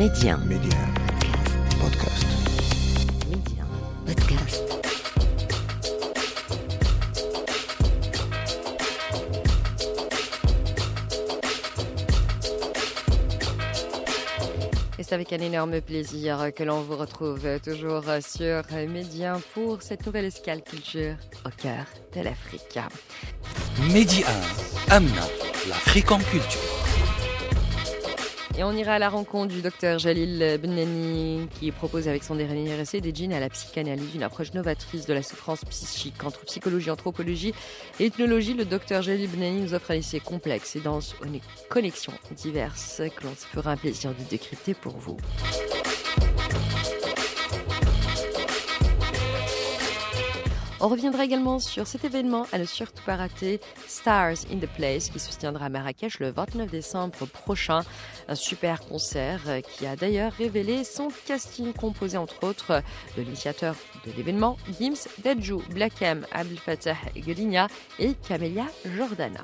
Média. Média. Podcast. Média. Podcast. Et c'est avec un énorme plaisir que l'on vous retrouve toujours sur Média pour cette nouvelle escale culture au cœur de l'Afrique. Média 1, Amna, l'Afrique en culture. Et on ira à la rencontre du docteur Jalil Benani qui propose avec son dernier essai des djinns à la psychanalyse, une approche novatrice de la souffrance psychique. Entre psychologie, anthropologie et ethnologie, le docteur Jalil Benani nous offre un essai complexe et dense aux connexions diverses que l'on se fera un plaisir de décrypter pour vous. On reviendra également sur cet événement à ne surtout pas rater, Stars in the Place, qui se tiendra à Marrakech le 29 décembre prochain. Un super concert qui a d'ailleurs révélé son casting composé entre autres de l'initiateur de l'événement, Gims, Dadju, Black M, Abdel Fattah Gelinia et Camélia Jordana.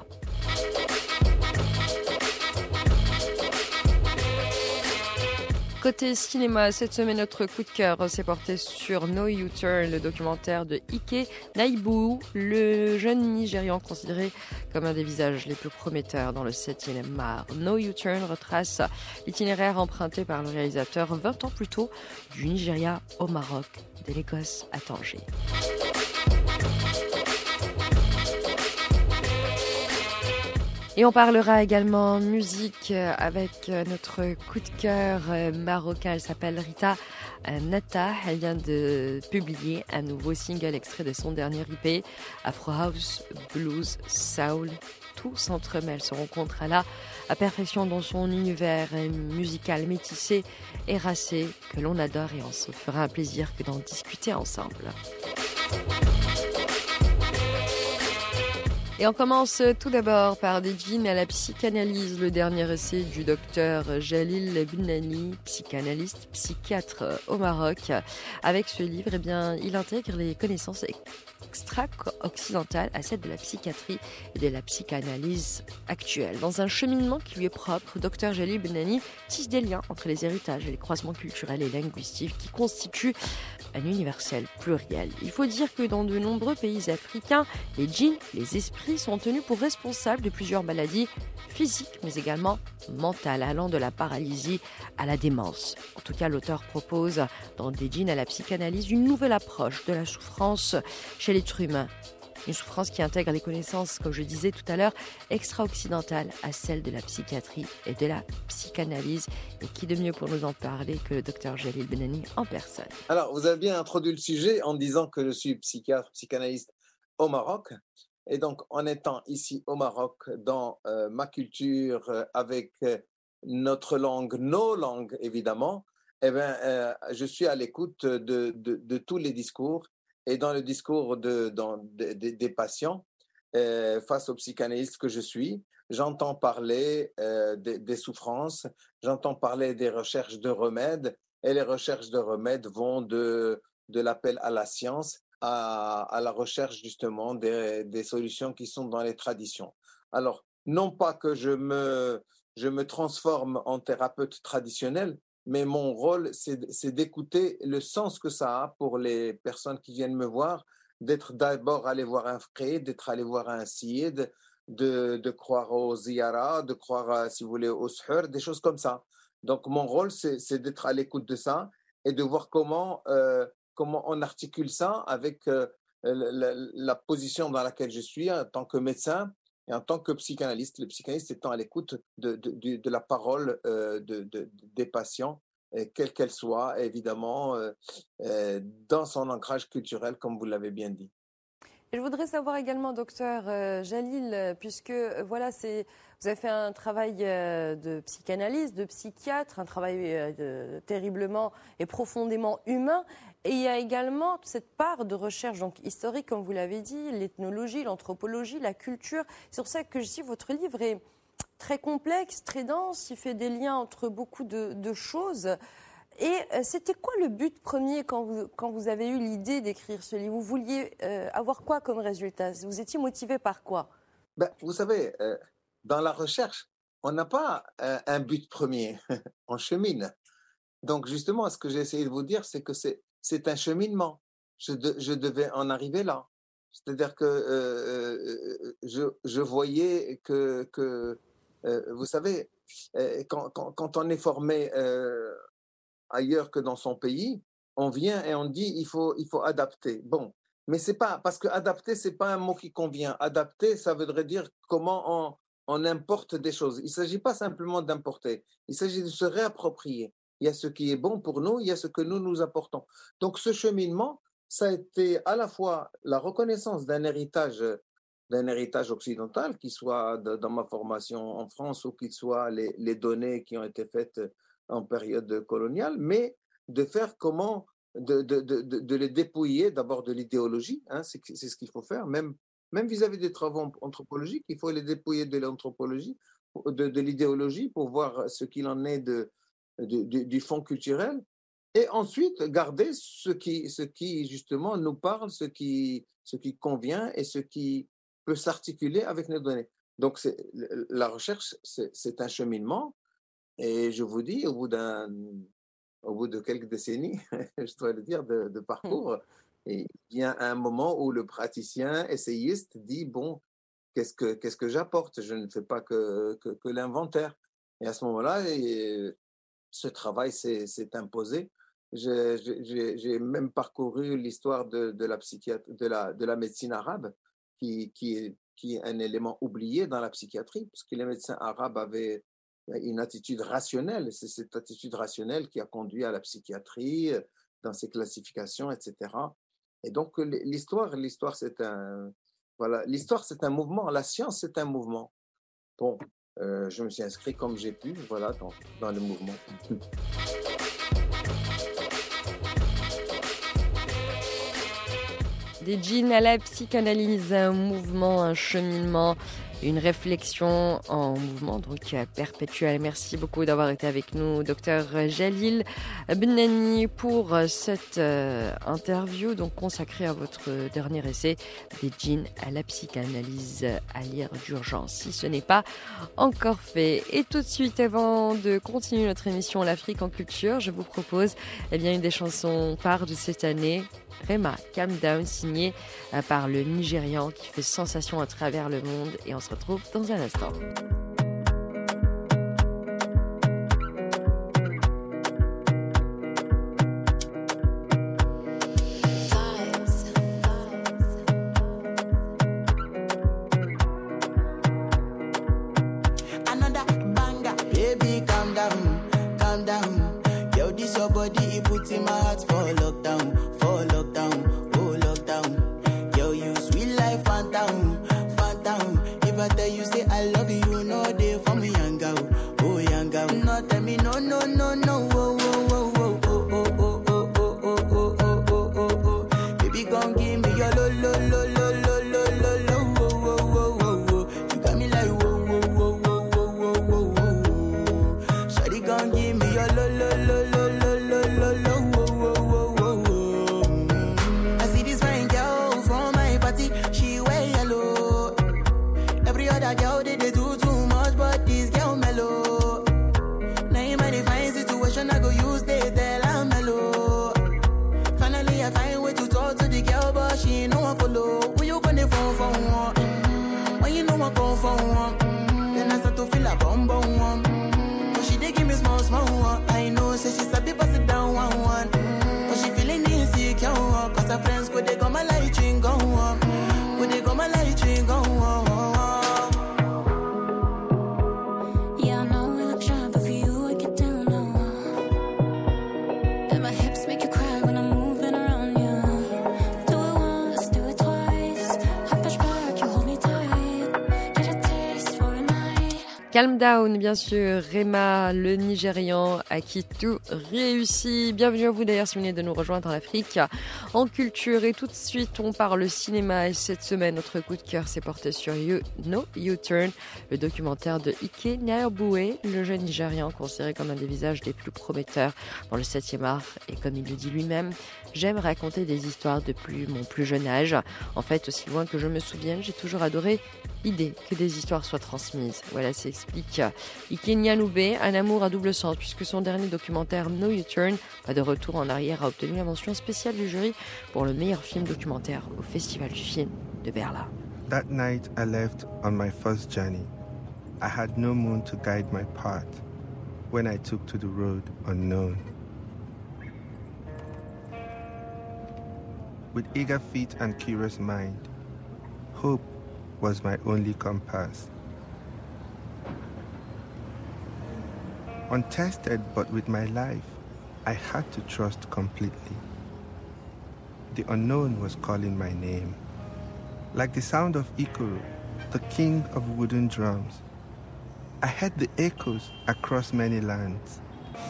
Côté cinéma, cette semaine, notre coup de cœur s'est porté sur No U-Turn, le documentaire de Ike Naibu, le jeune Nigérian considéré comme un des visages les plus prometteurs dans le 7e art. No U-Turn retrace l'itinéraire emprunté par le réalisateur 20 ans plus tôt du Nigeria au Maroc, de l'Écosse à Tanger. Et on parlera également musique avec notre coup de cœur marocain. Elle s'appelle Rita Nata. Elle vient de publier un nouveau single extrait de son dernier EP, Afro House, Blues, Soul. Tout s'entremêle, se rencontre à la perfection dans son univers musical métissé et racé que l'on adore, et on se fera un plaisir que d'en discuter ensemble. Et on commence tout d'abord par des djinns à la psychanalyse, le dernier essai du docteur Jalil Benani, psychanalyste, psychiatre au Maroc. Avec ce livre, il intègre les connaissances extra-occidentales à celles de la psychiatrie et de la psychanalyse actuelle. Dans un cheminement qui lui est propre, Dr Jalil Benani tisse des liens entre les héritages et les croisements culturels et linguistiques qui constituent un universel pluriel. Il faut dire que dans de nombreux pays africains, les djinns, les esprits, sont tenus pour responsables de plusieurs maladies physiques, mais également mentales, allant de la paralysie à la démence. En tout cas, l'auteur propose, dans des djinns à la psychanalyse, une nouvelle approche de la souffrance chez l'être humain. Une souffrance qui intègre les connaissances, comme je disais tout à l'heure, extra-occidentales à celles de la psychiatrie et de la psychanalyse. Et qui de mieux pour nous en parler que le docteur Jalil Benani en personne. Alors, vous avez bien introduit le sujet en disant que je suis psychiatre, psychanalyste au Maroc. Et donc, en étant ici au Maroc, dans ma culture, avec notre langue, nos langues évidemment, je suis à l'écoute de tous les discours. Et dans le discours des patients, face aux psychanalystes que je suis, j'entends parler des souffrances, j'entends parler des recherches de remèdes, et les recherches de remèdes vont de l'appel à la science à la recherche justement des solutions qui sont dans les traditions. Alors, non pas que je me transforme en thérapeute traditionnel, mais mon rôle, c'est d'écouter le sens que ça a pour les personnes qui viennent me voir, d'être d'abord allé voir un frère, d'être allé voir un siyid, de croire aux ziyara, de croire, si vous voulez, au suhur, des choses comme ça. Donc, mon rôle, c'est d'être à l'écoute de ça et de voir comment on articule ça avec la position dans laquelle je suis en tant que médecin et en tant que psychanalyste, le psychanalyste étant à l'écoute de la parole des patients, quelle qu'elle soit, évidemment, dans son ancrage culturel, comme vous l'avez bien dit. Et je voudrais savoir également, docteur Jalil, puisque voilà, vous avez fait un travail de psychanalyste, de psychiatre, un travail terriblement et profondément humain. Et il y a également cette part de recherche donc historique, comme vous l'avez dit, l'ethnologie, l'anthropologie, la culture. C'est pour ça que je dis votre livre est très complexe, très dense, il fait des liens entre beaucoup de choses. Et c'était quoi le but premier quand vous avez eu l'idée d'écrire ce livre ? Vous vouliez avoir quoi comme résultat ? Vous étiez motivé par quoi ? Vous savez, dans la recherche, on n'a pas un but premier, on chemine. Donc justement, ce que j'ai essayé de vous dire, c'est que c'est un cheminement. Je devais en arriver là. C'est-à-dire que je voyais que vous savez, quand on est formé ailleurs que dans son pays, on vient et on dit il faut adapter. Bon, mais c'est pas parce que adapter c'est pas un mot qui convient. Adapter, ça voudrait dire comment on importe des choses. Il s'agit pas simplement d'importer. Il s'agit de se réapproprier. Il y a ce qui est bon pour nous, il y a ce que nous apportons. Donc ce cheminement, ça a été à la fois la reconnaissance d'un héritage occidental, qui soit dans ma formation en France ou qu'il soit les données qui ont été faites en période coloniale, mais de faire comment, de les dépouiller d'abord de l'idéologie, hein, c'est ce qu'il faut faire, même vis-à-vis des travaux anthropologiques, il faut les dépouiller de l'anthropologie, de l'idéologie pour voir ce qu'il en est du fond culturel, et ensuite garder ce qui justement nous parle, ce qui convient et ce qui peut s'articuler avec nos données. Donc la recherche, c'est un cheminement, et je vous dis, au bout de quelques décennies, je dois le dire, de parcours, il y a un moment où le praticien essayiste dit, bon, qu'est-ce que j'apporte? Je ne fais pas que l'inventaire. Et à ce moment-là, ce travail s'est imposé. J'ai même parcouru l'histoire de la médecine arabe, qui est un élément oublié dans la psychiatrie, parce que les médecins arabes avaient une attitude rationnelle. C'est cette attitude rationnelle qui a conduit à la psychiatrie, dans ses classifications, etc. Et donc l'histoire, c'est un mouvement. La science, c'est un mouvement. Bon, je me suis inscrit comme j'ai pu, voilà, dans le mouvement. Des djinns à la psychanalyse, un mouvement, un cheminement, une réflexion en mouvement, donc perpétuel. Merci beaucoup d'avoir été avec nous, Dr Jalil Bennani, pour cette interview donc consacrée à votre dernier essai, Des djinns à la psychanalyse, à lire d'urgence si ce n'est pas encore fait. Et tout de suite, avant de continuer notre émission L'Afrique en culture, je vous propose une des chansons phares de cette année, Rema, Calm Down, signé par le Nigérian qui fait sensation à travers le monde, et on se retrouve dans un instant. Calm Down, bien sûr, Rema, le Nigérian, à qui tout réussit. Bienvenue à vous d'ailleurs si vous venez de nous rejoindre en Afrique en culture. Et tout de suite, on parle cinéma. Et cette semaine, notre coup de cœur s'est porté sur No U-Turn, le documentaire de Ike Nyaobue, le jeune Nigérian considéré comme un des visages les plus prometteurs dans le 7e art. Et comme il le dit lui-même, j'aime raconter des histoires depuis mon plus jeune âge. En fait, aussi loin que je me souvienne, j'ai toujours adoré l'idée que des histoires soient transmises. Voilà, c'est expliqué explique. Ike Nyanube, un amour à double sens, puisque son dernier documentaire No U-Turn, pas de retour en arrière, a obtenu la mention spéciale du jury pour le meilleur film documentaire au Festival du film de Berlin. That night I left on my first journey. I had no moon to guide my path when I took to the road unknown. With eager feet and curious mind, hope was my only compass. Untested but with my life, I had to trust completely. The unknown was calling my name. Like the sound of Ikoro, the king of wooden drums, I heard the echoes across many lands.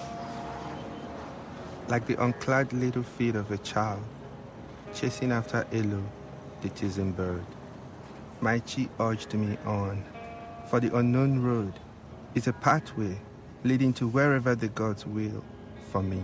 Like the unclad little feet of a child, chasing after Elo, the teasing bird. My chi urged me on, for the unknown road is a pathway leading to wherever the gods will for me.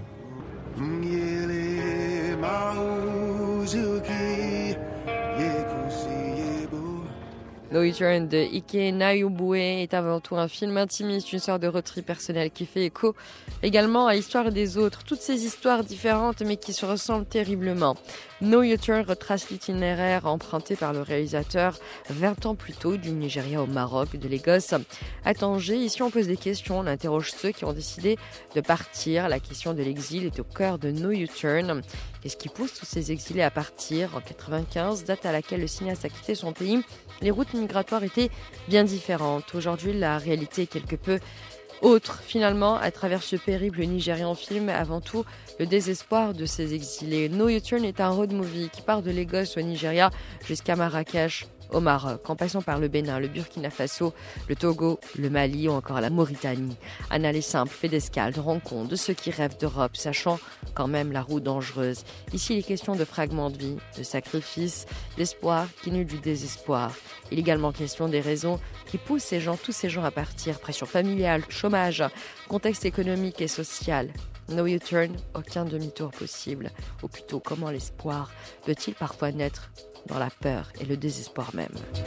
No U-Turn de Ike Nyanube est avant tout un film intimiste, une sorte de retrait personnel qui fait écho également à l'histoire des autres. Toutes ces histoires différentes mais qui se ressemblent terriblement. No U-Turn retrace l'itinéraire emprunté par le réalisateur 20 ans plus tôt du Nigeria au Maroc, de Lagos à Tanger. Ici on pose des questions, on interroge ceux qui ont décidé de partir. La question de l'exil est au cœur de No U-Turn. Qu'est-ce qui pousse tous ces exilés à partir ? En 1995, date à laquelle le cinéaste a quitté son pays, les routes migratoires étaient bien différentes. Aujourd'hui, la réalité est quelque peu autre. Finalement, à travers ce périple nigérian filme avant tout le désespoir de ces exilés. No U-Turn est un road movie qui part de Lagos au Nigeria jusqu'à Marrakech au Maroc, en passant par le Bénin, le Burkina Faso, le Togo, le Mali ou encore la Mauritanie. Un aller simple, fait d'escale, de rencontres, de ceux qui rêvent d'Europe, sachant quand même la route dangereuse. Ici, il est question de fragments de vie, de sacrifices, d'espoir qui naît du désespoir. Il est également question des raisons qui poussent tous ces gens à partir. Pression familiale, chômage, contexte économique et social. No U-Turn, aucun demi-tour possible. Ou plutôt, comment l'espoir peut-il parfois naître dans la peur et le désespoir même.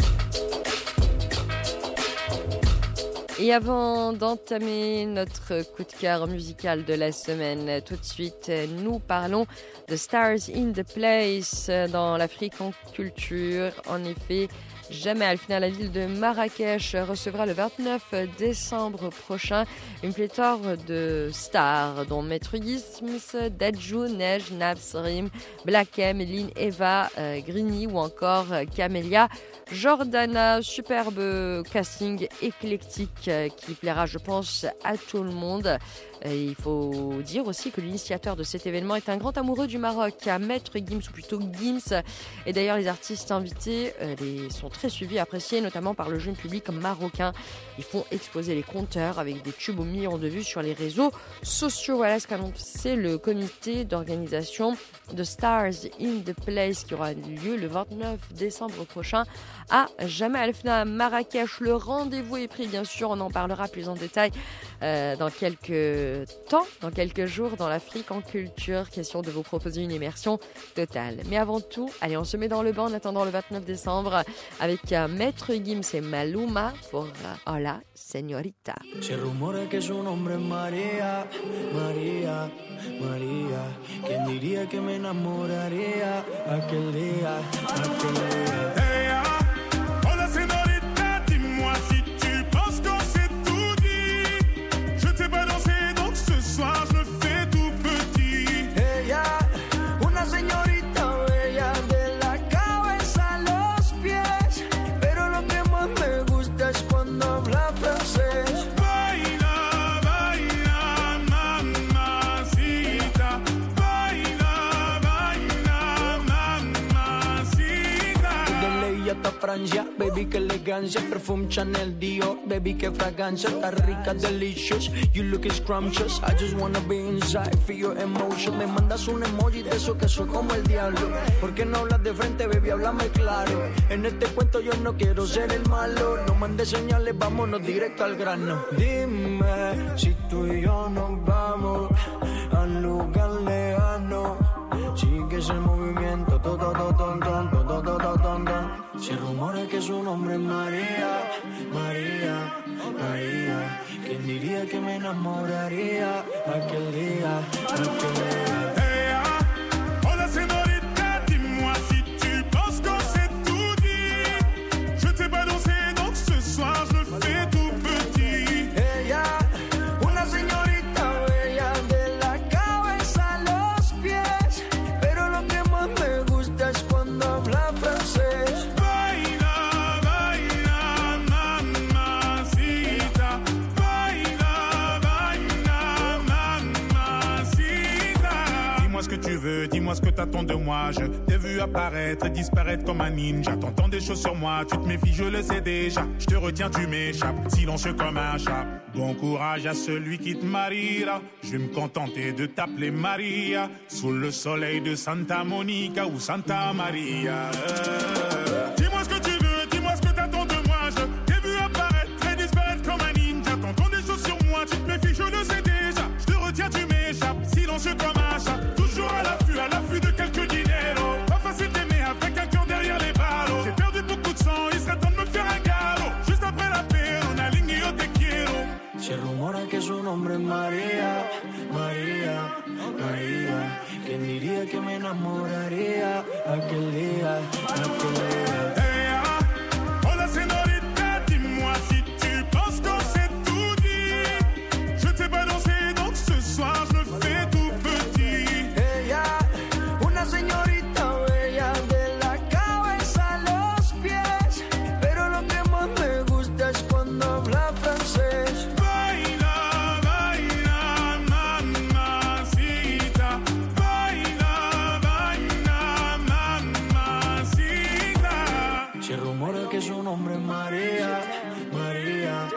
Et avant d'entamer notre coup de cœur musical de la semaine, tout de suite, nous parlons de Stars in the Place dans l'Afrique en culture. En effet, Jamais Alfina, la ville de Marrakech, recevra le 29 décembre prochain une pléthore de stars, dont Maître Gims, Dadju, Nej, Nabsrim, Black M, Lynn, Eva, Grini ou encore Camélia Jordana. Superbe casting éclectique qui plaira, je pense, à tout le monde. Et il faut dire aussi que l'initiateur de cet événement est un grand amoureux du Maroc, Maître Gims, ou plutôt Gims. Et d'ailleurs, les artistes invités sont très suivis et appréciés, notamment par le jeune public marocain. Ils font exploser les compteurs avec des tubes aux millions de vues sur les réseaux sociaux. Voilà ce qu'a annoncé le comité d'organisation de Stars in the Place qui aura lieu le 29 décembre prochain à Jamais Alfina, Marrakech. Le rendez-vous est pris, bien sûr. On en parlera plus en détail dans quelques jours dans l'Afrique en culture. Question de vous proposer une immersion totale. Mais avant tout, allez, on se met dans le bain en attendant le 29 décembre avec Maître Gims et Maluma pour Hola Señorita. Se rumora que su nombre es María, María, María. ¿Quién diría que me enamoraría aquel día, aquel día? Hey, hola señorita, dis-moi si tu penses qu'on s'est tout dit. Je ne sais pas danser, donc ce soir je me fais tout petit. Ella, una señorita bella de la cabeza a los pies, pero lo que más me gusta es cuando habla francés. Baila, baila, mamacita. Baila, baila, mamacita. De ley hasta Francia, baby, que elegancia. Perfume Chanel, Dior, baby, que fragancia. Está rica, delicious, you look scrumptious. I just wanna be inside, feel your emotion. Me mandas un emoji de eso que soy como el diablo. ¿Por qué no hablas de frente, baby? Háblame claro. En este cuento yo no quiero ser el malo. No mandes señales, vámonos directo al grano. Dime si tú y yo nos vamos al lugar lejano. Sigue ese movimiento, se rumora que su nombre es María, María, María. ¿Quién diría que me enamoraría aquel día, aquel día? Hola señorita, dis-moi si tu penses qu'on s'est tout dit. Je ne sais pas danser, donc ce soir je le fais tout petit. Ella, una señorita bella de la cabeza a los pies, pero lo que más me gusta es cuando habla francés. Baila, baila, mamacita. Baila, baila, mamacita. Dis-moi ce que tu veux, dis-moi ce que t'attends de moi. Je t'ai vu apparaître et disparaître comme un ninja. T'entends des choses sur moi, tu te méfies, je le sais déjà. Je te retiens, tu m'échappes, silencieux comme un chat. Bon courage à celui qui te mariera. Je vais me contenter de t'appeler Maria. Sous le soleil de Santa Monica ou Santa Maria. Dis-moi ce que tu veux, dis-moi ce que t'attends de moi. Je t'ai vu apparaître et disparaître comme un ninja. T'entends des choses sur moi, tu te méfies, je le sais déjà. Je te retiens, tu m'échappes, silencieux comme un chat. Toujours à l'affût de quelques dineros. Pas facile d'aimer avec un cœur derrière les ballots. J'ai perdu beaucoup de sang, il serait temps de me faire un galop. Juste après la paix, on a ligné yo te quiero. Se rumora que su nombre es María, María, María. ¿Quién diría que me enamoraría aquel día, aquel día? Hola señorita, dis-moi si tu penses qu'on s'est tout dit. Je ne sais pas danser, donc ce soir je le fais tout petit. Ella, una señorita bella de la cabeza a los pies, pero lo que más me gusta es cuando habla francés. Baila, baila, mamacita. Baila, baila, mamacita. Se rumora que su nombre es María, María,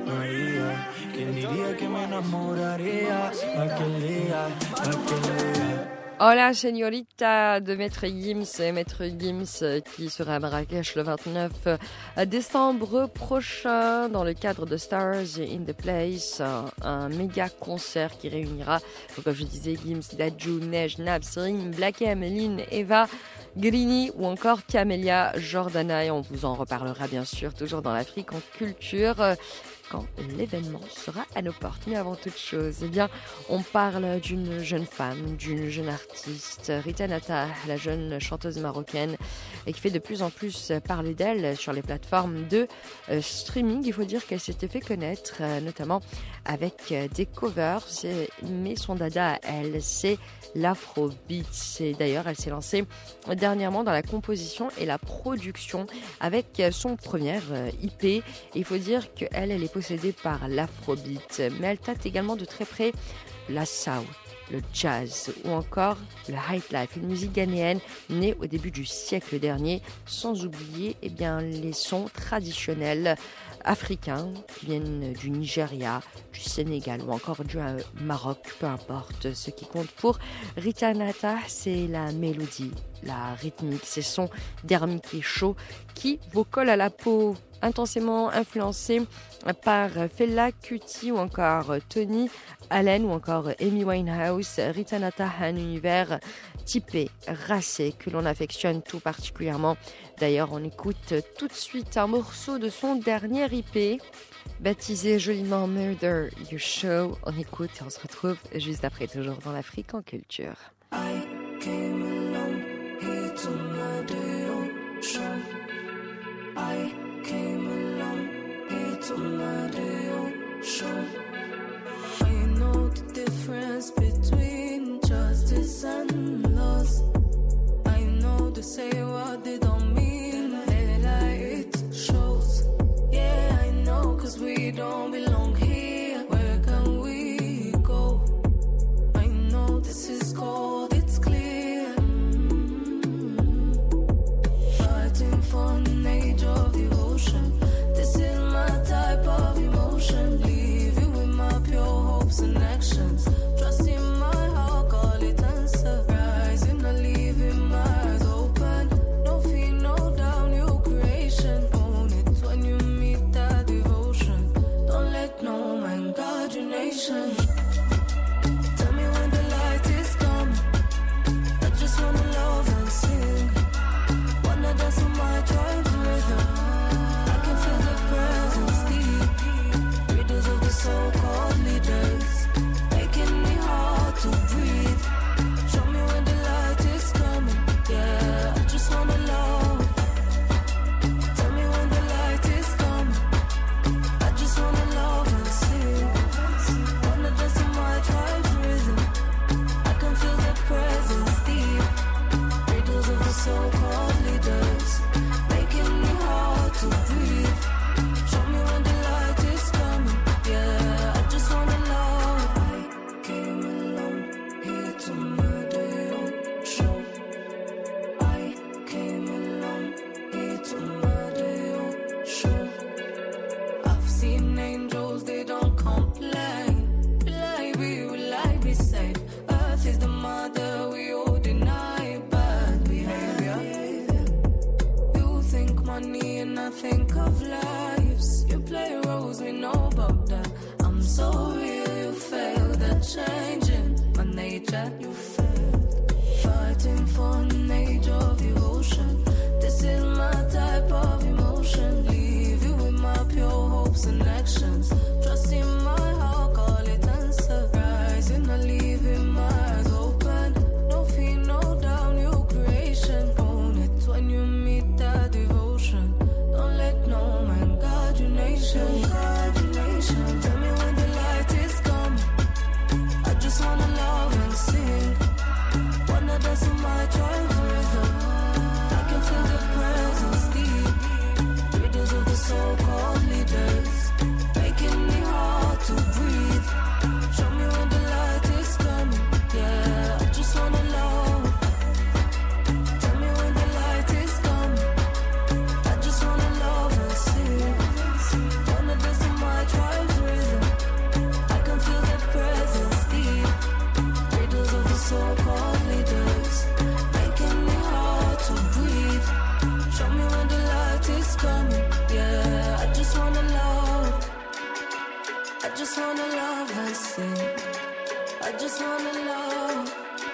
María. ¿Quién diría que me enamoraría aquel día, aquel día? Hola Señorita de Maître Gims, Maître Gims qui sera à Marrakech le 29 décembre prochain dans le cadre de Stars in the Place, un méga concert qui réunira, donc comme je disais, Gims, Dadju, Nej, Nabs, Rim, Black M, Lynn, Eva, Grini ou encore Camélia Jordana, et on vous en reparlera bien sûr toujours dans l'Afrique en culture quand l'événement sera à nos portes. Mais avant toute chose, eh bien, on parle d'une jeune femme, d'une jeune artiste, Rita Nata, la jeune chanteuse marocaine, et qui fait de plus en plus parler d'elle sur les plateformes de streaming. Il faut dire qu'elle s'était fait connaître, notamment avec des covers, mais son dada à elle, c'est l'afrobeat. Et d'ailleurs, elle s'est lancée dernièrement dans la composition et la production avec son premier IP. Et il faut dire qu'elle est possédée par l'afrobeat, mais elle tâte également de très près la soul, le jazz ou encore le high life, une musique ghanéenne née au début du siècle dernier, sans oublier les sons traditionnels africains qui viennent du Nigeria, du Sénégal ou encore du Maroc, peu importe. Ce qui compte pour Rita Nata, c'est la mélodie, la rythmique, ces sons dermiques et chauds qui vous collent à la peau, intensément influencés par Fela Kuti ou encore Tony Allen ou encore Amy Winehouse. Rita Nata a un univers typé, racé, que l'on affectionne tout particulièrement. D'ailleurs, on écoute tout de suite un morceau de son dernier IP, baptisé joliment Murder You Show. On écoute et on se retrouve juste après, toujours dans l'Afrique en culture. I came along here to murder your show. I came along here to murder your show. I know the difference between justice and loss. I know they say what they don't mean, they lie, it shows. Yeah, I know, 'cause we don't belong here. Where can we go? I know this is cold, it's clear. Fighting for an age of devotion. This is my type of emotion. Leave you of lives. You play roles, we know about that. I'm so real, you failed at changing my nature. You failed, fighting for an age of devotion. This is my type of emotion. Leave you with my pure hopes and actions. Trust in my heart, call it answer. Rising or leaving my eyes open. No fear, no doubt, new creation. Own it when you meet that devotion. Don't let no man guide your nation. Guide your nation. Tell me when the light is coming. I just wanna love and sing. Wanna dance in my tribe rhythm. I can feel the presence deep. Readers of the so-called leaders, making me hard to breathe. Show me when the light is coming. Yeah, I just wanna love. Tell me when the light is coming. I just wanna love and sing. Wanna dance in my tribe's rhythm. I can feel the presence deep. Readers of the so-called leaders, making me hard to breathe. Show me when the light is coming. Yeah, I just wanna love. I just wanna love and sing. I just wanna love.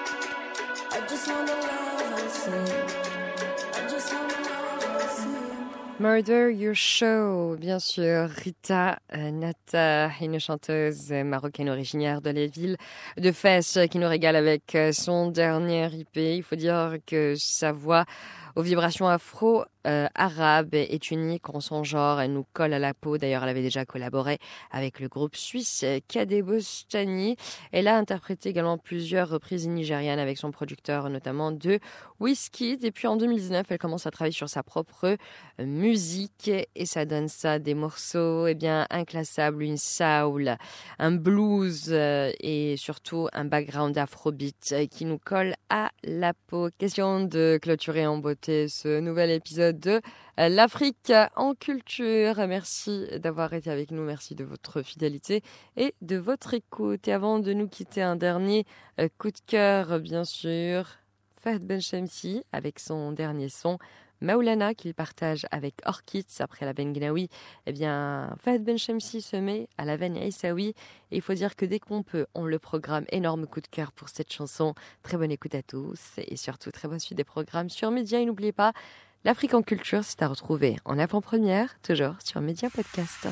I just wanna love and sing. I just wanna love and sing. Murder Your Show, bien sûr. Rita Nata, une chanteuse marocaine originaire de la ville de Fès qui nous régale avec son dernier IP. Il faut dire que sa voix aux vibrations afro-arabes est unique en son genre. Elle nous colle à la peau. D'ailleurs, elle avait déjà collaboré avec le groupe suisse Kadebostani. Elle a interprété également plusieurs reprises nigérianes avec son producteur, notamment de Wizkid. Et puis en 2019, elle commence à travailler sur sa propre musique et ça donne ça, des morceaux inclassables, une soul, un blues et surtout un background afrobeat qui nous colle à la peau. Question de clôturer en beauté ce nouvel épisode de l'Afrique en culture. Merci d'avoir été avec nous, merci de votre fidélité et de votre écoute. Et avant de nous quitter, un dernier coup de cœur, bien sûr, Fahd Benchemsi avec son dernier son Maulana qu'il partage avec Orchids après la Bengnaoui. Fahd Benchemsi se met à la veine Aïssaoui et il faut dire que dès qu'on peut, on le programme. Énorme coup de cœur pour cette chanson. Très bonne écoute à tous et surtout très bonne suite des programmes sur Média. Et n'oubliez pas, l'Afrique en culture, c'est à retrouver en avant-première, toujours sur Média Podcast.